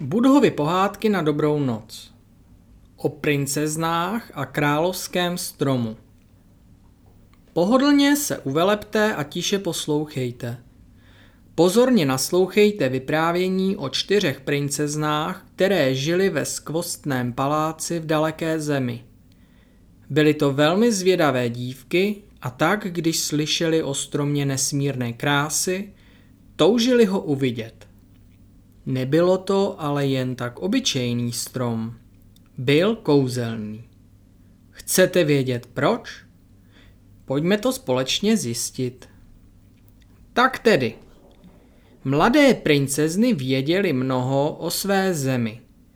Budhovy pohádky na dobrou noc. O princeznách a královském stromu. Pohodlně se uvelepte a tiše poslouchejte. Pozorně naslouchejte vyprávění o 4 princeznách, které žily ve skvostném paláci v daleké zemi. Byly to velmi zvědavé dívky a tak, když slyšeli o stromě nesmírné krásy, toužili ho uvidět. Nebylo to ale jen tak obyčejný strom. Byl kouzelný. Chcete vědět proč? Pojďme to společně zjistit. Tak tedy. Mladé princezny věděly mnoho o své zemi.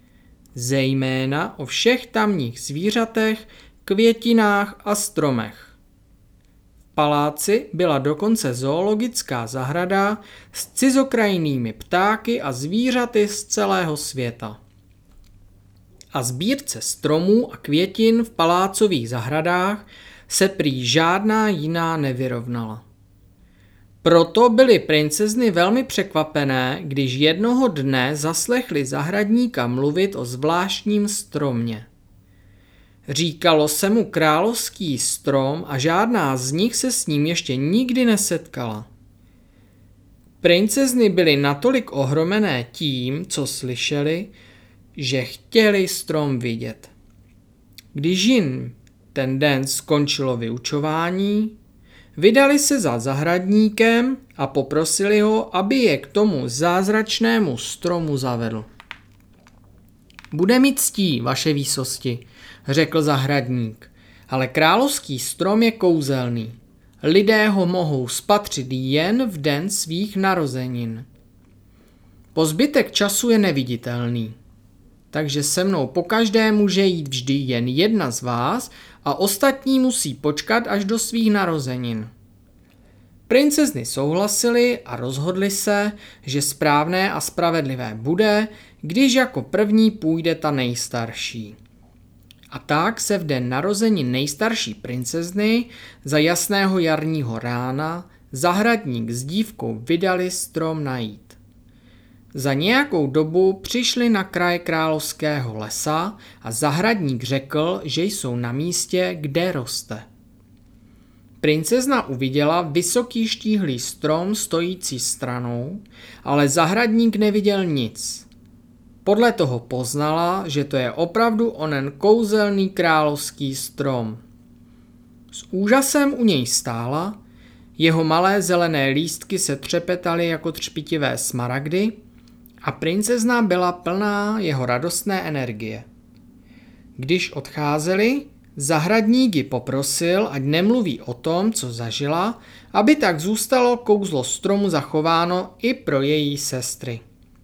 Zejména o všech tamních zvířatech, květinách a stromech. V paláci byla dokonce zoologická zahrada s cizokrajnými ptáky a zvířaty z celého světa. A sbírce stromů a květin v palácových zahradách se prý žádná jiná nevyrovnala. Proto byly princezny velmi překvapené, když jednoho dne zaslechly zahradníka mluvit o zvláštním stromě. Říkalo se mu královský strom a žádná z nich se s ním ještě nikdy nesetkala. Princezny byly natolik ohromené tím, co slyšeli, že chtěli strom vidět. Když jim ten den skončilo vyučování, vydali se za zahradníkem a poprosili ho, aby je k tomu zázračnému stromu zavedl. Bude mi ctí, vaše výsosti, řekl zahradník, ale královský strom je kouzelný. Lidé ho mohou spatřit jen v den svých narozenin. Po zbytek času je neviditelný. Takže se mnou pokaždé může jít vždy jen jedna z vás a ostatní musí počkat až do svých narozenin. Princezny souhlasily a rozhodly se, že správné a spravedlivé bude, když jako první půjde ta nejstarší. A tak se v den narozenin nejstarší princezny za jasného jarního rána zahradník s dívkou vydali strom najít. Za nějakou dobu přišli na kraj královského lesa a zahradník řekl, že jsou na místě, kde roste. Princezna uviděla vysoký štíhlý strom stojící stranou, ale zahradník neviděl nic. Podle toho poznala, že to je opravdu onen kouzelný královský strom. S úžasem u něj stála, jeho malé zelené lístky se třepetaly jako třpitivé smaragdy, a princezna byla plná jeho radostné energie. Když odcházeli, zahradník ji poprosil, ať nemluví o tom, co zažila, aby tak zůstalo kouzlo stromu zachováno i pro její sestry.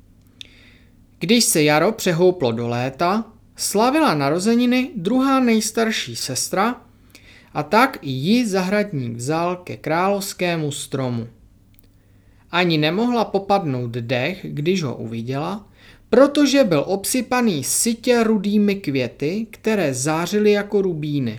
Když se jaro přehouplo do léta, slavila narozeniny druhá nejstarší sestra a tak i ji zahradník vzal ke královskému stromu. Ani nemohla popadnout dech, když ho uviděla, protože byl obsypaný sytě rudými květy, které zářily jako rubíny.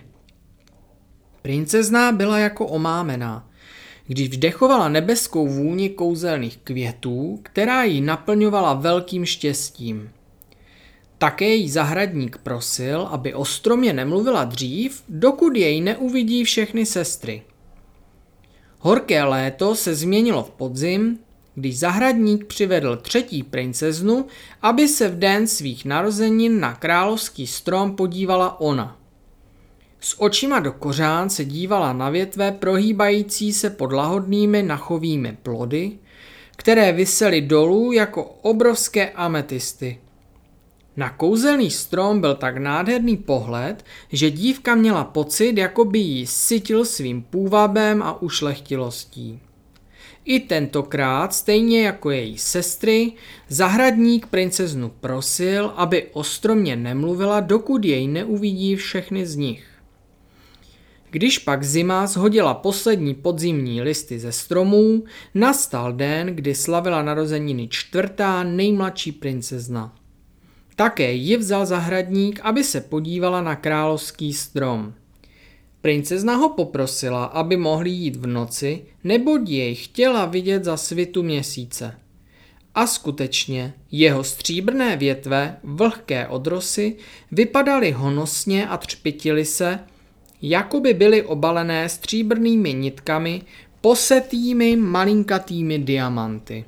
Princezna byla jako omámená, když vdechovala nebeskou vůni kouzelných květů, která ji naplňovala velkým štěstím. Také jí zahradník prosil, aby o stromě nemluvila dřív, dokud jej neuvidí všechny sestry. Horké léto se změnilo v podzim, když zahradník přivedl třetí princeznu, aby se v den svých narozenin na královský strom podívala ona. S očima do kořán se dívala na větve prohýbající se pod lahodnými nachovými plody, které visely dolů jako obrovské ametisty. Na kouzelný strom byl tak nádherný pohled, že dívka měla pocit, jako by jí sytil svým půvabem a ušlechtilostí. I tentokrát, stejně jako její sestry, zahradník princeznu prosil, aby o stromě nemluvila, dokud jej neuvidí všechny z nich. Když pak zima shodila poslední podzimní listy ze stromů, nastal den, kdy slavila narozeniny čtvrtá nejmladší princezna. Také ji vzal zahradník, aby se podívala na královský strom. Princezna ho poprosila, aby mohli jít v noci, neboť jej chtěla vidět za svitu měsíce. A skutečně, jeho stříbrné větve, vlhké od rosy, vypadaly honosně a třpytily se, jako by byly obalené stříbrnými nitkami, posetými malinkatými diamanty.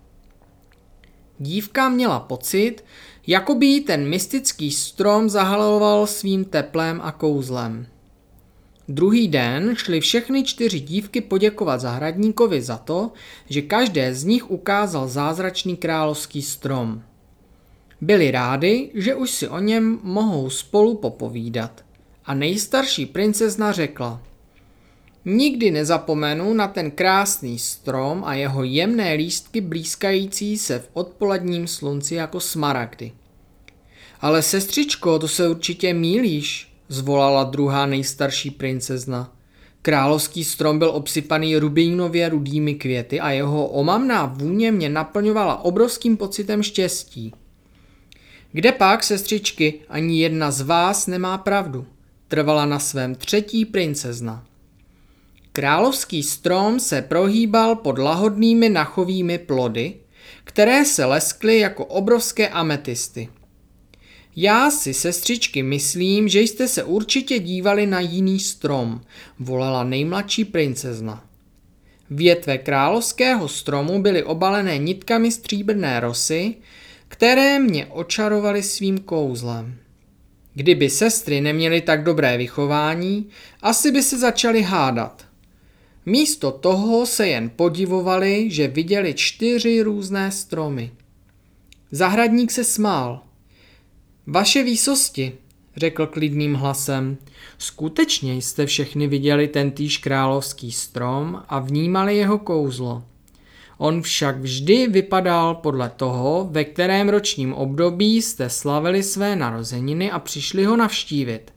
Dívka měla pocit, jako by jí ten mystický strom zahaloval svým teplem a kouzlem. Druhý den šly všechny 4 dívky poděkovat zahradníkovi za to, že každé z nich ukázal zázračný královský strom. Byli rádi, že už si o něm mohou spolu popovídat. A nejstarší princezna řekla: Nikdy nezapomenu na ten krásný strom a jeho jemné lístky blýskající se v odpoledním slunci jako smaragdy. Ale sestřičko, to se určitě mýlíš, zvolala druhá nejstarší princezna. Královský strom byl obsypaný rubínově rudými květy a jeho omamná vůně mě naplňovala obrovským pocitem štěstí. Kde pak, sestřičky, ani jedna z vás nemá pravdu, trvala na svém třetí princezna. Královský strom se prohýbal pod lahodnými nachovými plody, které se leskly jako obrovské ametisty. Já si, sestřičky, myslím, že jste se určitě dívali na jiný strom, volala nejmladší princezna. Větve královského stromu byly obalené nitkami stříbrné rosy, které mě očarovaly svým kouzlem. Kdyby sestry neměly tak dobré vychování, asi by se začaly hádat. Místo toho se jen podivovali, že viděli 4 různé stromy. Zahradník se smál. Vaše výsosti, řekl klidným hlasem, skutečně jste všechny viděli tentýž královský strom a vnímali jeho kouzlo. On však vždy vypadal podle toho, ve kterém ročním období jste slavili své narozeniny a přišli ho navštívit.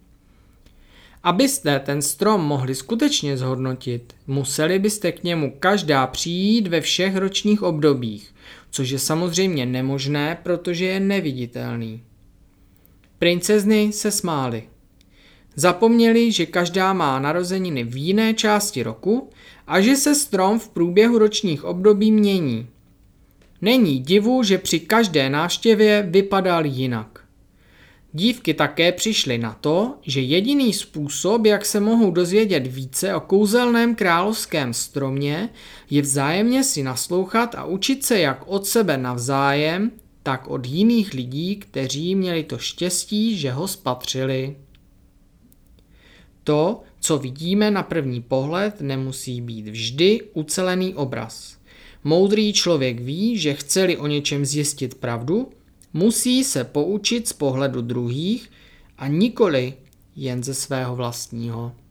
Abyste ten strom mohli skutečně zhodnotit, museli byste k němu každá přijít ve všech ročních obdobích, což je samozřejmě nemožné, protože je neviditelný. Princezny se smály. Zapomněli, že každá má narozeniny v jiné části roku a že se strom v průběhu ročních období mění. Není divu, že při každé návštěvě vypadal jinak. Dívky také přišly na to, že jediný způsob, jak se mohou dozvědět více o kouzelném královském stromě, je vzájemně si naslouchat a učit se jak od sebe navzájem, tak od jiných lidí, kteří měli to štěstí, že ho spatřili. To, co vidíme na první pohled, nemusí být vždy ucelený obraz. Moudrý člověk ví, že chce-li o něčem zjistit pravdu, musí se poučit z pohledu druhých a nikoli jen ze svého vlastního.